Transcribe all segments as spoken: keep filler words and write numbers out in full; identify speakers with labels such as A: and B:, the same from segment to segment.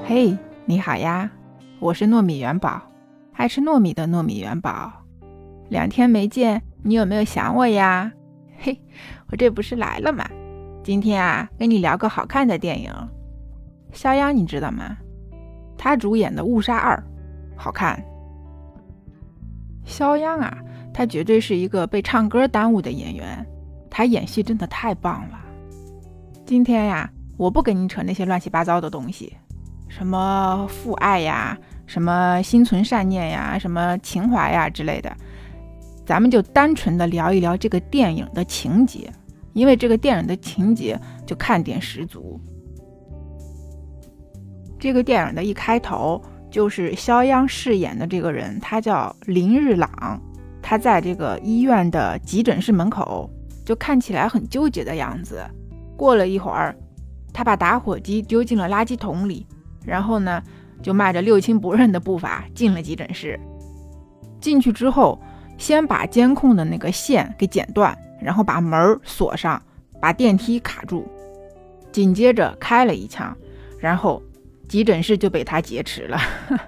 A: 嘿，你好呀，我是糯米元宝，爱吃糯米的糯米元宝。两天没见，你有没有想我呀？嘿，我这不是来了吗？今天啊，跟你聊个好看的电影。肖央你知道吗？他主演的《误杀二》好看。肖央啊，他绝对是一个被唱歌耽误的演员，他演戏真的太棒了。今天呀，我不跟你扯那些乱七八糟的东西，什么父爱呀，什么心存善念呀，什么情怀呀之类的，咱们就单纯的聊一聊这个电影的情节，因为这个电影的情节就看点十足。这个电影的一开头就是肖央饰演的这个人，他叫林日朗，他在这个医院的急诊室门口，就看起来很纠结的样子。过了一会儿，他把打火机丢进了垃圾桶里，然后呢就迈着六亲不认的步伐进了急诊室。进去之后，先把监控的那个线给剪断，然后把门锁上，把电梯卡住，紧接着开了一枪，然后急诊室就被他劫持了。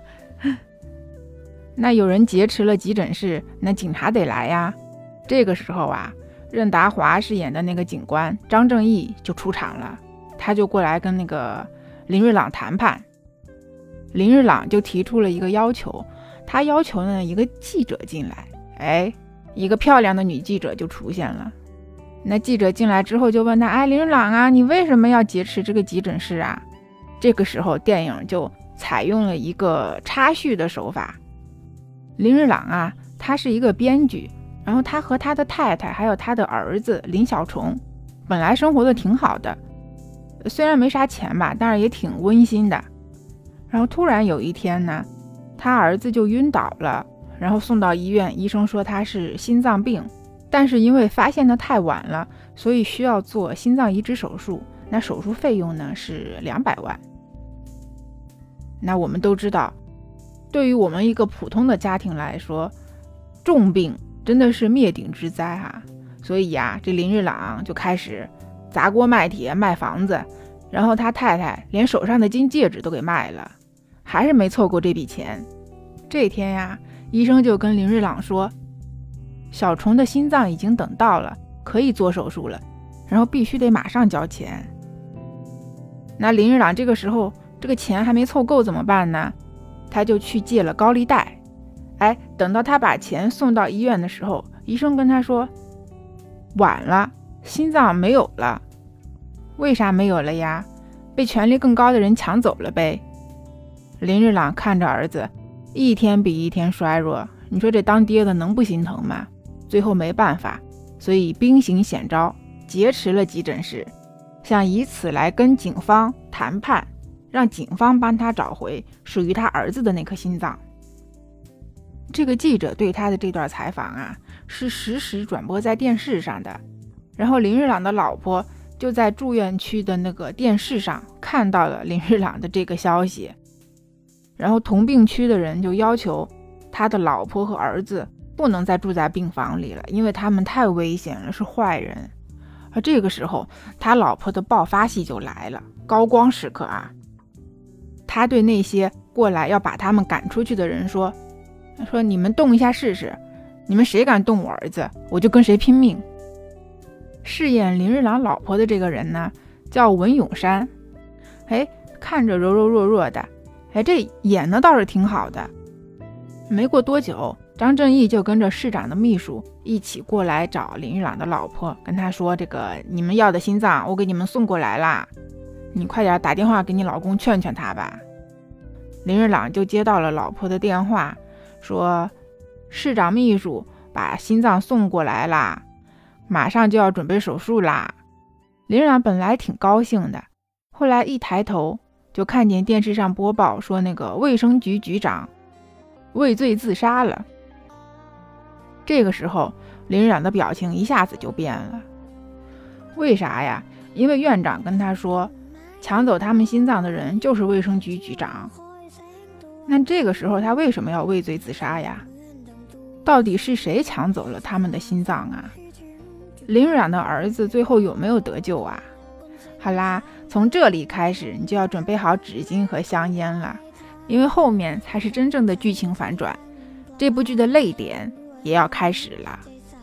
A: 那有人劫持了急诊室，那警察得来呀。这个时候啊，任达华饰演的那个警官张正义就出场了，他就过来跟那个林日朗谈判。林日朗就提出了一个要求，他要求呢一个记者进来。哎，一个漂亮的女记者就出现了。那记者进来之后就问他，哎，林日朗啊，你为什么要劫持这个急诊室啊？这个时候电影就采用了一个插叙的手法。林日朗啊，他是一个编剧，然后他和他的太太还有他的儿子林小虫本来生活的挺好的，虽然没啥钱吧，但是也挺温馨的。然后突然有一天呢，他儿子就晕倒了，然后送到医院，医生说他是心脏病，但是因为发现的太晚了，所以需要做心脏移植手术，那手术费用呢是两百万。那我们都知道，对于我们一个普通的家庭来说，重病真的是灭顶之灾啊。所以呀，这林日朗就开始砸锅卖铁卖房子，然后他太太连手上的金戒指都给卖了，还是没凑够这笔钱。这天呀，医生就跟林日朗说，小虫的心脏已经等到了，可以做手术了，然后必须得马上交钱。那林日朗这个时候这个钱还没凑够怎么办呢？他就去借了高利贷。哎，等到他把钱送到医院的时候，医生跟他说，晚了，心脏没有了。为啥没有了呀？被权力更高的人抢走了呗。林日朗看着儿子一天比一天衰弱，你说这当爹的能不心疼吗？最后没办法，所以兵行险招，劫持了急诊室，想以此来跟警方谈判，让警方帮他找回属于他儿子的那颗心脏。这个记者对他的这段采访啊，是实时转播在电视上的，然后林日朗的老婆就在住院区的那个电视上看到了林日朗的这个消息，然后同病区的人就要求他的老婆和儿子不能再住在病房里了，因为他们太危险了，是坏人。而这个时候他老婆的爆发戏就来了，高光时刻啊！他对那些过来要把他们赶出去的人说说你们动一下试试，你们谁敢动我儿子，我就跟谁拼命。饰演林日朗老婆的这个人呢，叫文咏珊。哎，看着柔柔弱弱的，哎，这演的倒是挺好的。没过多久，张正义就跟着市长的秘书一起过来找林日朗的老婆，跟他说，这个你们要的心脏我给你们送过来啦，你快点打电话给你老公劝劝他吧。林日朗就接到了老婆的电话，说市长秘书把心脏送过来啦，马上就要准备手术啦。林日朗本来挺高兴的，后来一抬头就看见电视上播报说那个卫生局局长畏罪自杀了。这个时候林日朗的表情一下子就变了。为啥呀？因为院长跟他说，抢走他们心脏的人就是卫生局局长。那这个时候他为什么要畏罪自杀呀？到底是谁抢走了他们的心脏啊？林日朗的儿子最后有没有得救啊？ 好啦，从这里开始你就要准备好纸巾和香烟了，因为后面才是真正的剧情反转，这部剧的泪点也要开始了。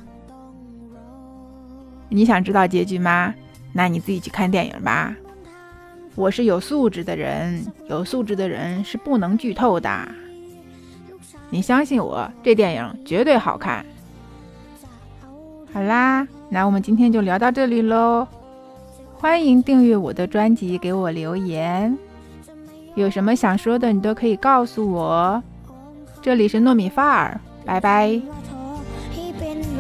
A: 你想知道结局吗？那你自己去看电影吧。我是有素质的人，有素质的人是不能剧透的。你相信我，这电影绝对好看。好啦，那我们今天就聊到这里咯。欢迎订阅我的专辑，给我留言，有什么想说的你都可以告诉我。这里是糯米范儿，拜拜。